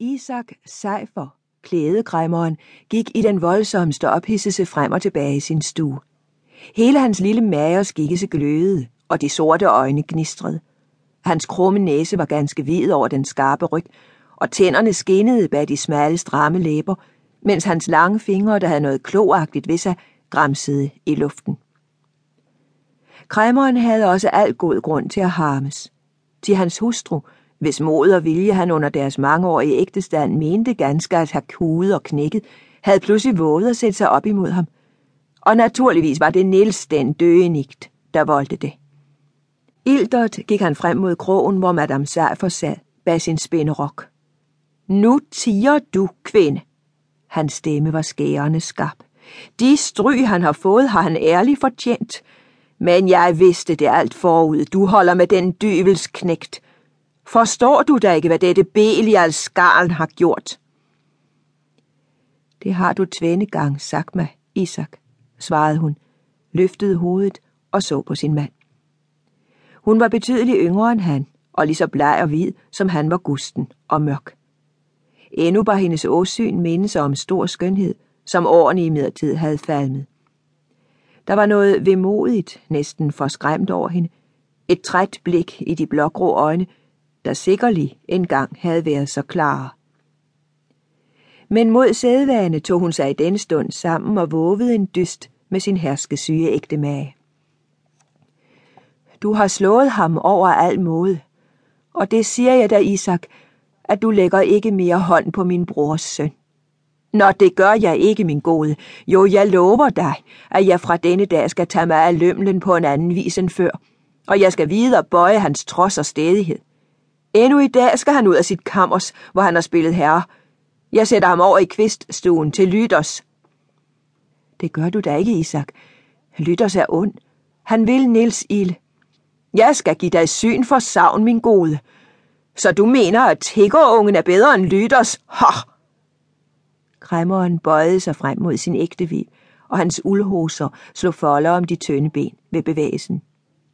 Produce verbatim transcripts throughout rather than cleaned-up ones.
Isak Seifer, klædekræmmeren, gik i den voldsomste ophidselse frem og tilbage i sin stue. Hele hans lille mage og skikkelse glødede, og de sorte øjne gnistrede. Hans krumme næse var ganske hvid over den skarpe ryg, og tænderne skinnede bag de smalle, stramme læber, mens hans lange fingre, der havde noget kloagtigt ved sig, gramsede i luften. Kræmmeren havde også al god grund til at harmes. Til hans hustru, hvis mod og vilje han under deres mangeårige ægtestand mente ganske at have kuget og knækket, havde pludselig våget at sætte sig op imod ham. Og naturligvis var det Niels den døgenigt, der voldte det. Iltert gik han frem mod krogen, hvor Madame Seifer sad bag sin spænderok. Nu tiger du, kvinde. Hans stemme var skærende skarp. De stryg, han har fået, har han ærligt fortjent. Men jeg vidste det alt forud. Du holder med den dyvels knægt. Forstår du da ikke, hvad dette Belial skarn har gjort? Det har du tvende gang sagt mig, Isak, svarede hun, løftede hovedet og så på sin mand. Hun var betydeligt yngre end han, og lige så bleg og hvid, som han var gusten og mørk. Endnu var hendes åsyn mindelse om stor skønhed, som årene i midlertid havde falmet. Der var noget vemodigt, næsten forskræmt over hende, et træt blik i de blågrå øjne, der sikkerlig engang havde været så klare. Men mod sædvane tog hun sig i denne stund sammen og vovede en dyst med sin herskesyge ægte mage. Du har slået ham over al måde, og det siger jeg dig, Isak, at du lægger ikke mere hånd på min brors søn. Nå, det gør jeg ikke, min gode. Jo, jeg lover dig, at jeg fra denne dag skal tage mig af lømlen på en anden vis end før, og jeg skal videre bøje hans trods og stædighed. Endnu i dag skal han ud af sit kammers, hvor han har spillet herre. Jeg sætter ham over i kviststuen til Lyters. Det gør du da ikke, Isak. Lyters er ond. Han vil Niels ilde. Jeg skal give dig syn for savn, min gode. Så du mener, at tiggerungen er bedre end Lyters? Ha! Kræmmeren bøjede sig frem mod sin ægtevild, og hans uldhoser slog folder om de tynde ben ved bevægelsen.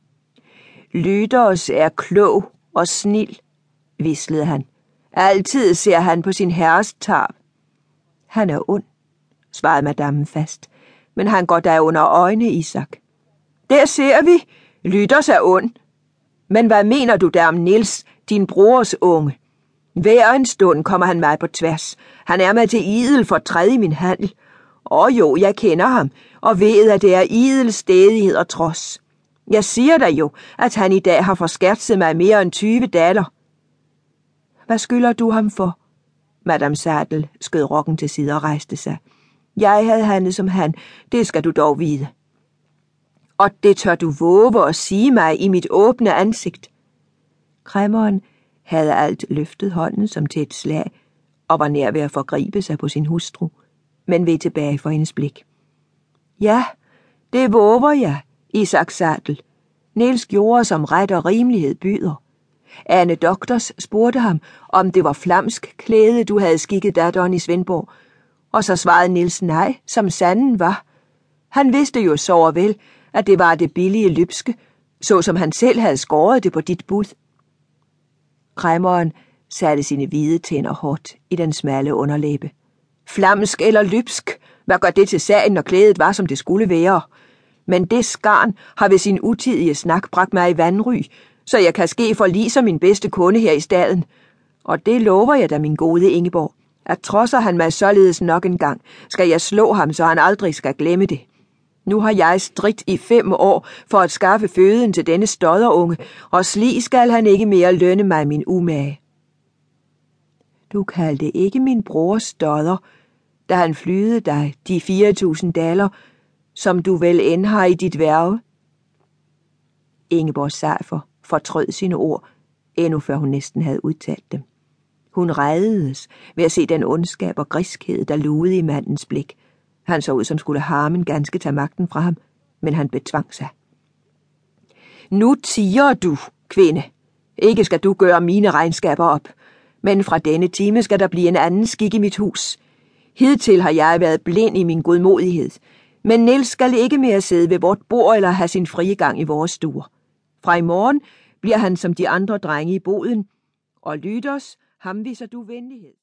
Lyters er klog og snil, hvislede han. Altid ser han på sin herres tarv. Han er ond, svarede madammen fast, men han går der under øjne, Isak. Der ser vi, Lyters er ond. Men hvad mener du der om Niels, din brors unge? Hver en stund kommer han mig på tværs. Han er med til idel for træde i min handel. Og jo, jeg kender ham, og ved, at det er idel stædighed og trods. Jeg siger dig jo, at han i dag har forskertset mig mere end tyve daler. Hvad skylder du ham for? Madame Sadel skød rokken til side og rejste sig. Jeg havde handlet som han, det skal du dog vide. Og det tør du våge at sige mig i mit åbne ansigt. Kræmmeren havde alt løftet hånden som til et slag, og var nær ved at forgribe sig på sin hustru, men ved tilbage for hendes blik. Ja, det våger jeg, Isak Sadel. Niels gjorde, som ret og rimelighed byder. Anne Doktors spurgte ham, om det var flamsk klæde, du havde skikket datteren i Svendborg, og så svarede Niels nej, som sanden var. Han vidste jo så vel, at det var det billige lypske, så som han selv havde skåret det på dit bud. Kræmmeren satte sine hvide tænder hårdt i den smalle underlæbe. Flamsk eller lypsk, hvad gør det til sagen, når klædet var, som det skulle være? Men det skarn har ved sin utidige snak bragt mig i vandry, så jeg kan ske forlige som min bedste kunde her i staden. Og det lover jeg da, min gode Ingeborg, at trodser han mig således nok en gang, skal jeg slå ham, så han aldrig skal glemme det. Nu har jeg stridt i fem år for at skaffe føden til denne stodderunge, og slig skal han ikke mere lønne mig min umage. Du kaldte ikke min bror stodder, da han flyede dig de fire tusind daler, som du vel end har i dit værve. Ingeborg Seifer fortrød sine ord, endnu før hun næsten havde udtalt dem. Hun rededes ved at se den ondskab og griskhed, der lugede i mandens blik. Han så ud, som skulle harmen ganske tage magten fra ham, men han betvang sig. Nu tiger du, kvinde. Ikke skal du gøre mine regnskaber op, men fra denne time skal der blive en anden skik i mit hus. Hidtil har jeg været blind i min godmodighed, men Niels skal ikke mere sidde ved vort bord eller have sin frie gang i vores stuer. Fra i morgen bliver han som de andre drenge i boden, og Lyters, ham viser du venlighed.